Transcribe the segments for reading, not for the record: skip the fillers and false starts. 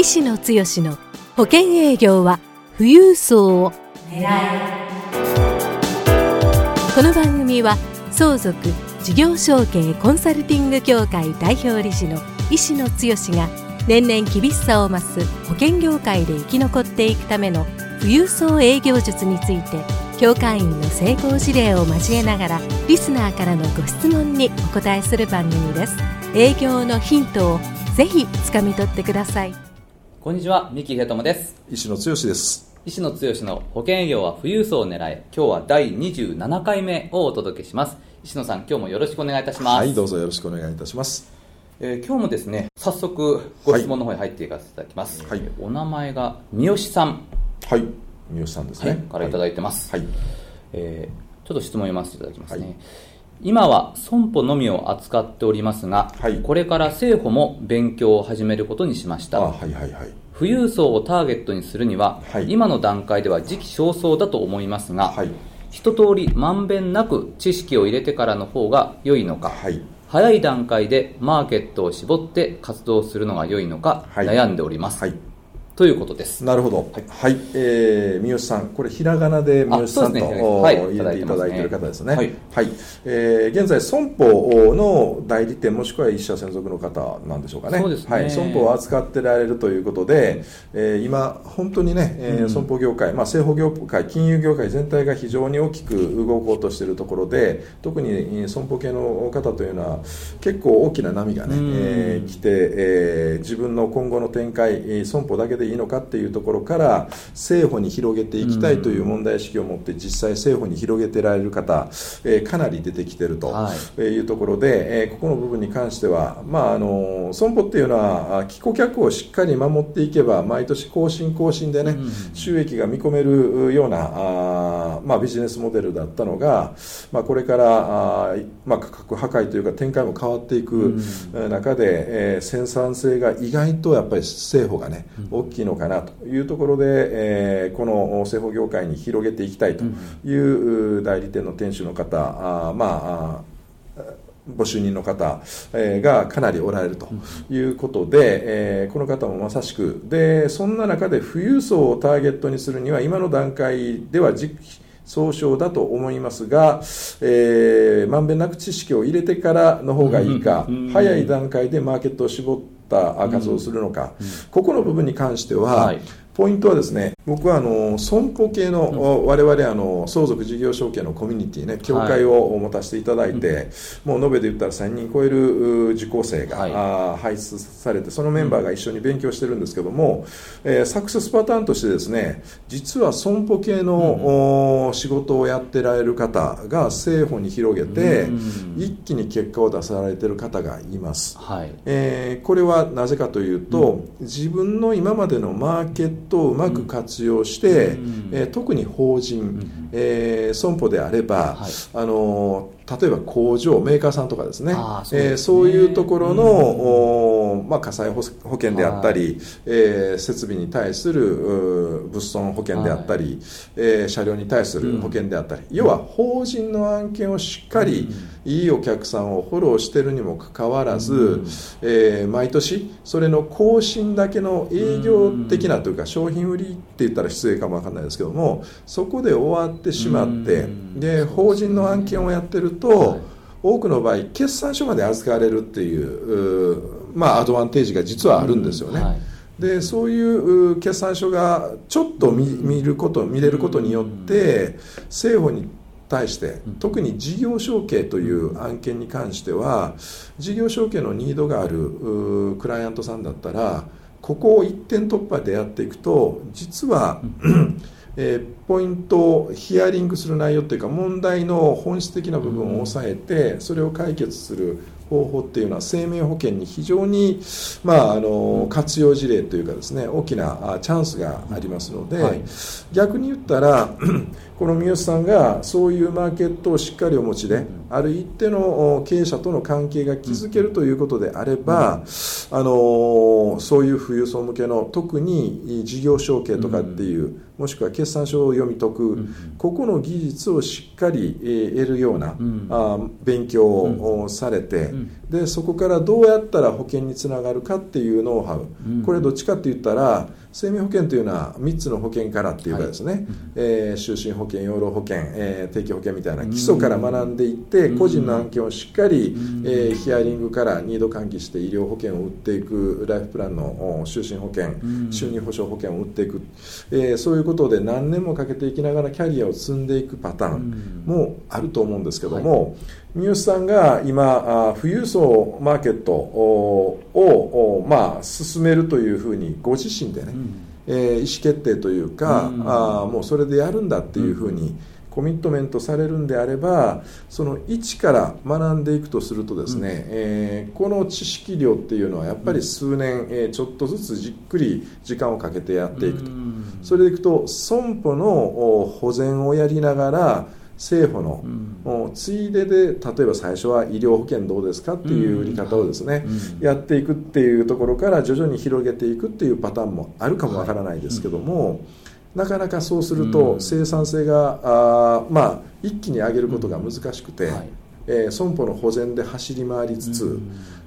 石野剛の保険営業は富裕層を狙え。この番組は相続事業承継コンサルティング協会代表理事の石野剛が年々厳しさを増す保険業界で生き残っていくための富裕層営業術について、協会員の成功事例を交えながらリスナーからのご質問にお答えする番組です。営業のヒントをぜひつかみ取ってください。 こんにちは、三木秀友です。 石野剛です。 石野剛の保険営業は富裕層を狙え。今日は第27回目をお届けします。石野さん、今日もよろしくお願いいたします。 はい、どうぞよろしくお願いいたします。 今日もですね、早速ご質問の方に入っていかせていただきます。はい、お名前が三好さん。 はい、三好さんですね。 はい、からいただいてます。 はい。 ちょっと質問を読ませていただきますね。はい、今は損保のみを扱っておりますが、はい、これから生保も勉強を始めることにしました。 はいはいはい。 富裕層をターゲットにするには、はい、今の段階では時期尚早だと思いますが、はい、一通りまんべんなく知識を入れてからの方が良いのか、はい、早い段階でマーケットを絞って活動するのが良いのか、悩んでおります。はい、ということです。 なるほど。はい。三好さん、これひらがなで三好さんと、入れていただいている方ですね。はい。はい。現在損保の代理店もしくは一社専属の方なんでしょうかね。 そうですね。 はい。損保を扱ってられるということで、今本当にね、損保業界、生保業界、金融業界全体が非常に大きく動こうとしているところで、特に損保系の方というのは結構大きな波がね、来て、自分の今後の展開、損保だけでいいのかっていうところから生保に広げていきたいという問題意識を持って実際生保に広げてられる方、かなり出てきているというところで、ここの部分に関しては、損保っていうのは既顧客をしっかり守っていけば毎年更新でね、収益が見込めるようなビジネスモデルだったのが、これから価格破壊というか展開も変わっていく中で、生産性が意外とやっぱり生保がね、大きいのかなというところで、この生保業界に広げていきたいという代理店の店主の方、ご就任の方がかなりおられるということで、この方もまさしくで、そんな中で富裕層をターゲットにするには今の段階では時期尚早だと思いますが、まんべんなく知識を入れてからの方がいいか、早い段階でマーケットを絞った活動をするのか、ここの部分に関しては、ポイントはですね、僕は損保系の、我々相続事業承継のコミュニティね、協会を持たせていただいて、もう延べで言ったら1000人超える受講生が、輩出されて、そのメンバーが一緒に勉強してるんですけども、サクセスパターンとしてですね、実は損保系の、仕事をやってられる方が生保に広げて、一気に結果を出されてる方がいます。これはなぜかというと、自分の今までのマーケットをうまく活用して、特に法人、損保であれば、例えば工場、メーカーさんとかですね、そういうところの、火災保険であったり、設備に対する物損保険であったり、車両に対する保険であったり、要は法人の案件をしっかりいいお客さんをフォローしているにもかかわらず、毎年それの更新だけの営業的なというか商品売りって言ったら失礼かもわかんないですけども、そこで終わってしまって、で法人の案件をやってると、多くの場合決算書まで預かれるっていうアドバンテージが実はあるんですよね。でそういう決算書がちょっと見れることによって生保に対して特に事業承継という案件に関しては、事業承継のニードがあるクライアントさんだったらここを一点突破でやっていくと、実はポイントをヒアリングする内容というか問題の本質的な部分を抑えてそれを解決する方法っていうのは生命保険に非常に、活用事例というかですね、大きなチャンスがありますので、逆に言ったらこの三好さんがそういうマーケットをしっかりお持ちで、ある一定の経営者との関係が築けるということであれば、そういう富裕層向けの特に事業承継とかっていう、もしくは決算書を読み解く、ここの技術をしっかり得るような勉強をされて、でそこからどうやったら保険につながるかっていうノウハウ、これどっちかって言ったら生命保険というのは3つの保険からっていうかですね、就寝保険、養老保険、定期保険みたいな基礎から学んでいって、個人の案件をしっかりヒアリングから2度換気して医療保険を売っていく、ライフプランの就寝保険、収入保障保険を売っていく、そういうことで何年もかけていきながらキャリアを積んでいくパターンもあると思うんですけども、三好さんが今富裕層マーケットを進めるというふうにご自身でね、意思決定というか、もうそれでやるんだっていうふうにコミットメントされるんであれば、その一から学んでいくとするとですね、この知識量っていうのはやっぱり数年、ちょっとずつじっくり時間をかけてやっていくと、それでいくと損保の保全をやりながら政府の、ついでで、例えば最初は医療保険どうですかっていう売り方をですね、やっていくっていうところから徐々に広げていくっていうパターンもあるかもわからないですけども、なかなかそうすると生産性が一気に上げることが難しくて、損保の保全で走り回りつつ、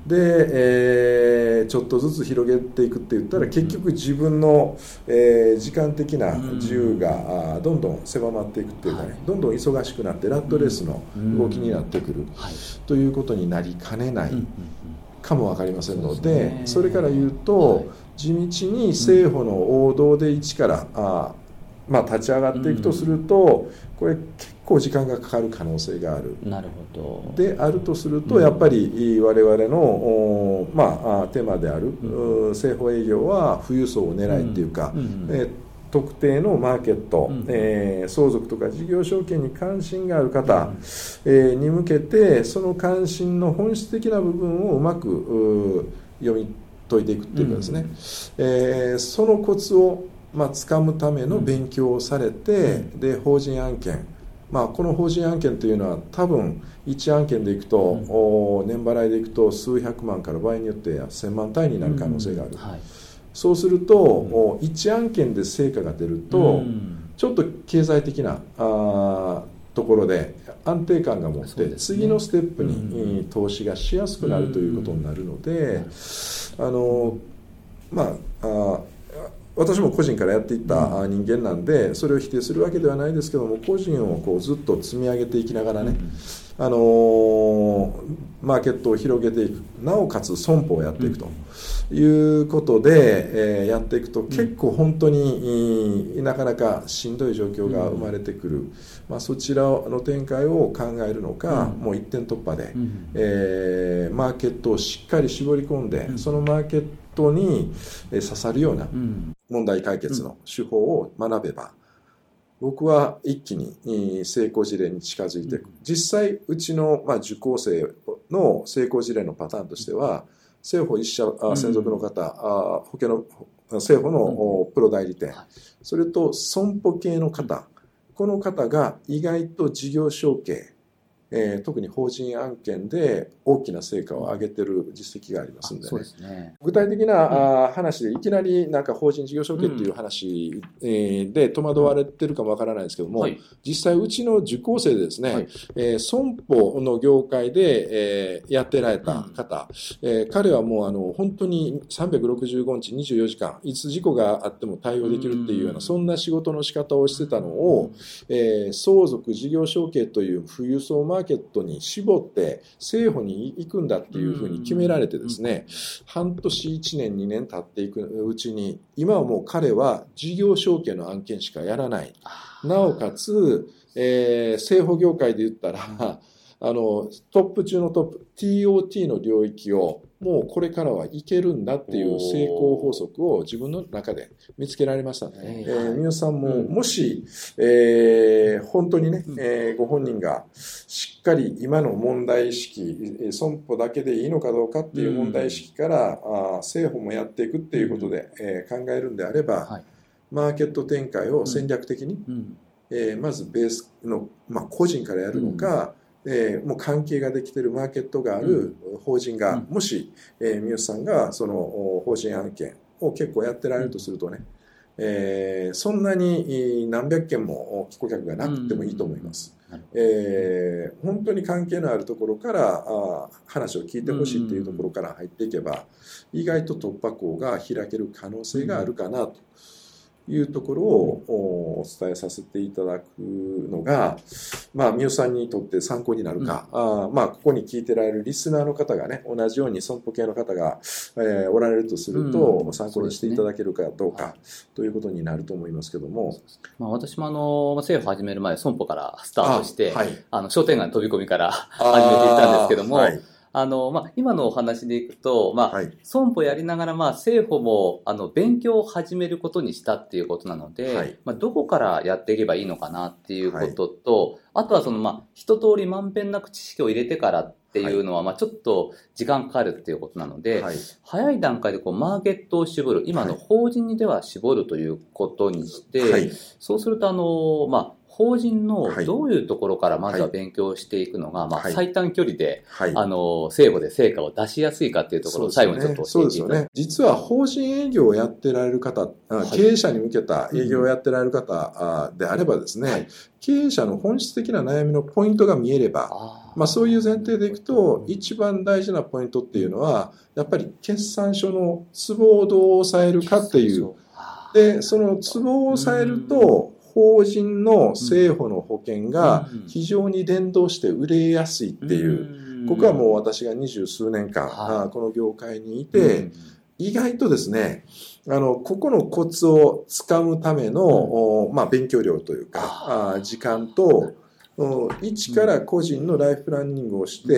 で、ちょっとずつ広げていくって言ったら結局自分の、時間的な自由がどんどん狭まっていくっていうかね、どんどん忙しくなってラットレースの動きになってくるということになりかねないかも分かりませんので、それから言うと地道に政府の王道で一から立ち上がっていくとすると、これ結構時間がかかる可能性がある。 なるほど。 であるとすると、やっぱり我々のテーマである政府営業は富裕層を狙いっていうか、特定のマーケット、相続とか事業承継に関心がある方、に向けてその関心の本質的な部分をうまく読み解いていくっていうかですね、そのコツを掴むための勉強をされて、で法人案件、この法人案件というのは多分1案件でいくと、年払いでいくと数百万から場合によっては1000万単位になる可能性がある、そうすると1案件で成果が出ると、ちょっと経済的なところで安定感が持って、次のステップに投資がしやすくなるということになるので、私も個人からやっていった人間なんで、それを否定するわけではないですけども、個人をずっと積み上げていきながらね、マーケットを広げていく、なおかつ損保をやっていくということで、やっていくと結構本当になかなかしんどい状況が生まれてくる、そちらの展開を考えるのか、もう一点突破で、マーケットをしっかり絞り込んで、そのマーケットに刺さるような問題解決の手法を学べば、僕は一気に成功事例に近づいていく。実際うちの受講生の成功事例のパターンとしては、政府一社専属の方、保険の政府のプロ代理店、それと損保系の方、この方が意外と事業承継、特に法人案件で大きな成果を上げている実績がありますので、具体的な話でいきなりなんか法人事業承継っていう話で戸惑われてるかもわからないですけども、実際うちの受講生でですね、損保の業界でやってられた方、彼はもう本当に365日24時間いつ事故があっても対応できるっていうような、そんな仕事の仕方をしてたのを、相続事業承継という富裕層マーケットに絞って政府に行くんだっていうふうに決められてですね、半年1年2年経っていくうちに、今はもう彼は事業承継の案件しかやらない。なおかつ、政府業界で言ったらトップ中のトップ TOT の領域をもうこれからはいけるんだっていう成功法則を自分の中で見つけられましたね。三好さんももし、本当にね、ご本人がしっかり今の問題意識、損保だけでいいのかどうかっていう問題意識から政府もやっていくっていうことで、考えるんであれば、マーケット展開を戦略的にまずベースの、個人からやるのか、もう関係ができているマーケットがある法人が、もし、三好さんがその法人案件を結構やってられるとするとね、そんなに何百件も顧客がなくてもいいと思います。本当に関係のあるところから話を聞いてほしいっていうところから入っていけば、意外と突破口が開ける可能性があるかなというところをお伝えさせていただくのが、三好さんにとって参考になるか、ここに聞いてられるリスナーの方がね、同じように損保系の方が、おられるとすると、参考にしていただけるかどうかということになると思いますけども。 私も政府始める前、損保からスタートして、商店街の飛び込みから始めていったんですけども、今のお話でいくと、損保やりながら、政府も、勉強を始めることにしたっていうことなので、どこからやっていけばいいのかなっていうことと、あとは一通りまんべんなく知識を入れてからっていうのは、ちょっと時間かかるっていうことなので、早い段階でマーケットを絞る、今の法人にでは絞るということにして、そうすると、法人のどういうところからまずは勉強していくのが、最短距離で、政府で成果を出しやすいかっていうところを最後にちょっと教えていただきます。 そうですよね。実は法人営業をやってられる方、経営者に向けた営業をやってられる方であればですね、経営者の本質的な悩みのポイントが見えれば、そういう前提でいくと、一番大事なポイントっていうのは、やっぱり決算書のツボをどう抑えるかっていう。で、そのツボを抑えると、法人の政府の保険が非常に連動して売れやすいっていう、ここはもう私が20数年間、この業界にいて、意外とですね、ここのコツをつかむための、勉強量というか、時間と、一から個人のライフプランニングをして、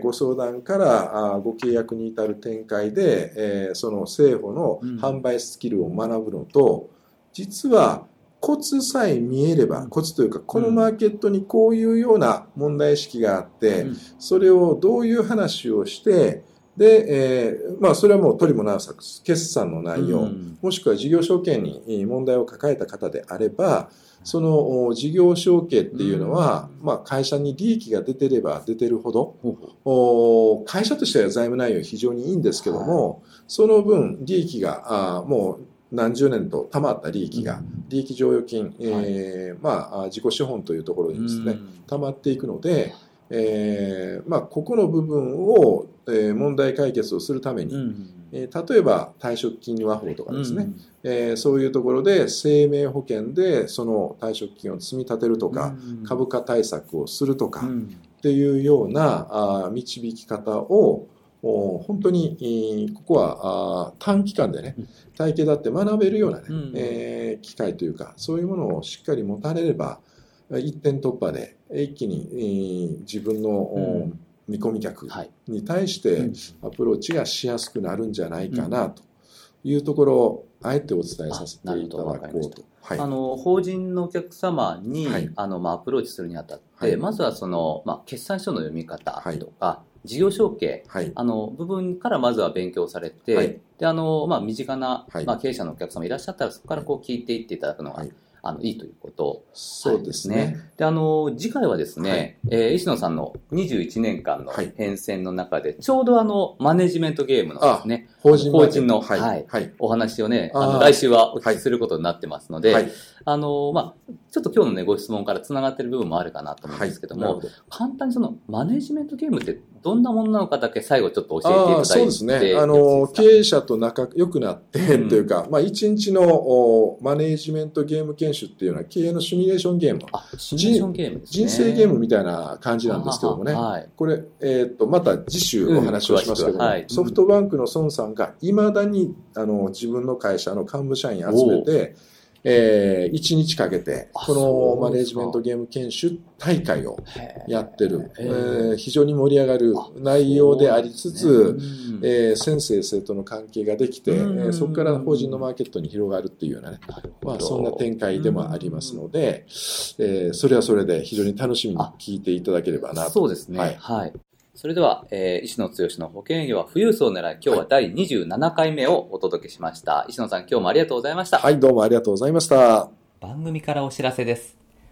ご相談からご契約に至る展開で、その政府の販売スキルを学ぶのと、実は、コツさえ見えれば、コツというか、このマーケットにこういうような問題意識があって、それをどういう話をして、で、それはもう取りもなさく、決算の内容、もしくは事業承継に問題を抱えた方であれば、その事業承継っていうのは、会社に利益が出てれば出てるほど、会社としては財務内容非常にいいんですけども、その分利益が、もう、何十年と貯まった利益が、利益剰余金、自己資本というところにですね、貯まっていくので、ここの部分を、問題解決をするために、例えば退職金和法とかですね、そういうところで生命保険でその退職金を積み立てるとか、株価対策をするとかっていうような導き方を本当にここは短期間でね、体系だって学べるようなね、機会というか、そういうものをしっかり持たれれば、一点突破で一気に自分の見込み客に対してアプローチがしやすくなるんじゃないかなというところをあえてお伝えさせていただこうと。 法人のお客様に、アプローチするにあたって、まずはその、決算書の読み方とか、事業承継、部分からまずは勉強されて、で、身近な、経営者のお客様いらっしゃったら、そこからこう聞いていっていただくのが、いいということそうですね。 で、次回はですね、石野さんの21年間の変遷の中で、ちょうどマネジメントゲームのですね、法人の、お話をね、来週はお聞きすることになってますので、ちょっと今日のね、ご質問からつながっている部分もあるかなと思うんですけども、簡単にそのマネジメントゲームってどんなものなのかだけ最後ちょっと教えていただいて。 そうですね。経営者と仲良くなってというか、一日のマネジメントゲーム研修っていうのは経営のシミュレーションゲーム。 シミュレーションゲームですね。 人生ゲームみたいな感じなんですけどもね。これ、また次週お話をしますけども、ソフトバンクの孫さんが未だに自分の会社の幹部社員集めて、1日かけて、このマネジメントゲーム研修大会をやってる、非常に盛り上がる内容でありつつ、先生生徒の関係ができて、そこから法人のマーケットに広がるっていうようなね、そんな展開でもありますので、それはそれで非常に楽しみに聞いていただければなと。 そうですね。はい。それでは、石野剛の保険営業は富裕層を狙い、今日は第27回目をお届けしました。石野さん、今日もありがとうございました。 はい、どうもありがとうございました。 番組からお知らせです。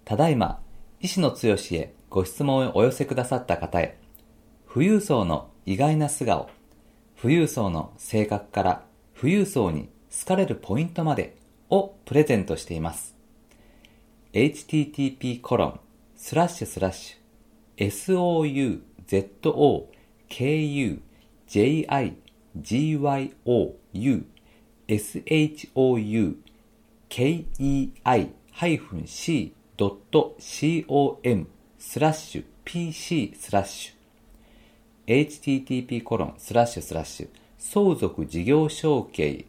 ただいま石野剛へご質問をお寄せくださった方へ、富裕層の意外な素顔、富裕層の性格から富裕層に好かれるポイントまでをプレゼントしています。http://souzokugioshoujoukei-jyou.com/pc/ http:// 相続事業承継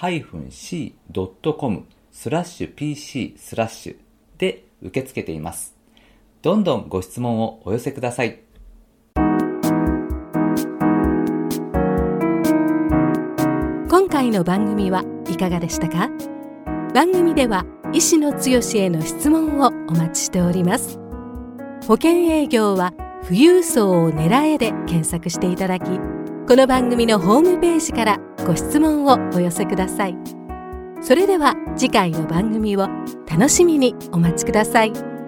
-c.com/pc/ で受け付けています。どんどんご質問をお寄せください。 今回の番組はいかがでしたか？番組では石野剛への質問をお待ちしております。保険営業は富裕層を狙えで検索していただき、この番組のホームページからご質問をお寄せください。それでは次回の番組を楽しみにお待ちください。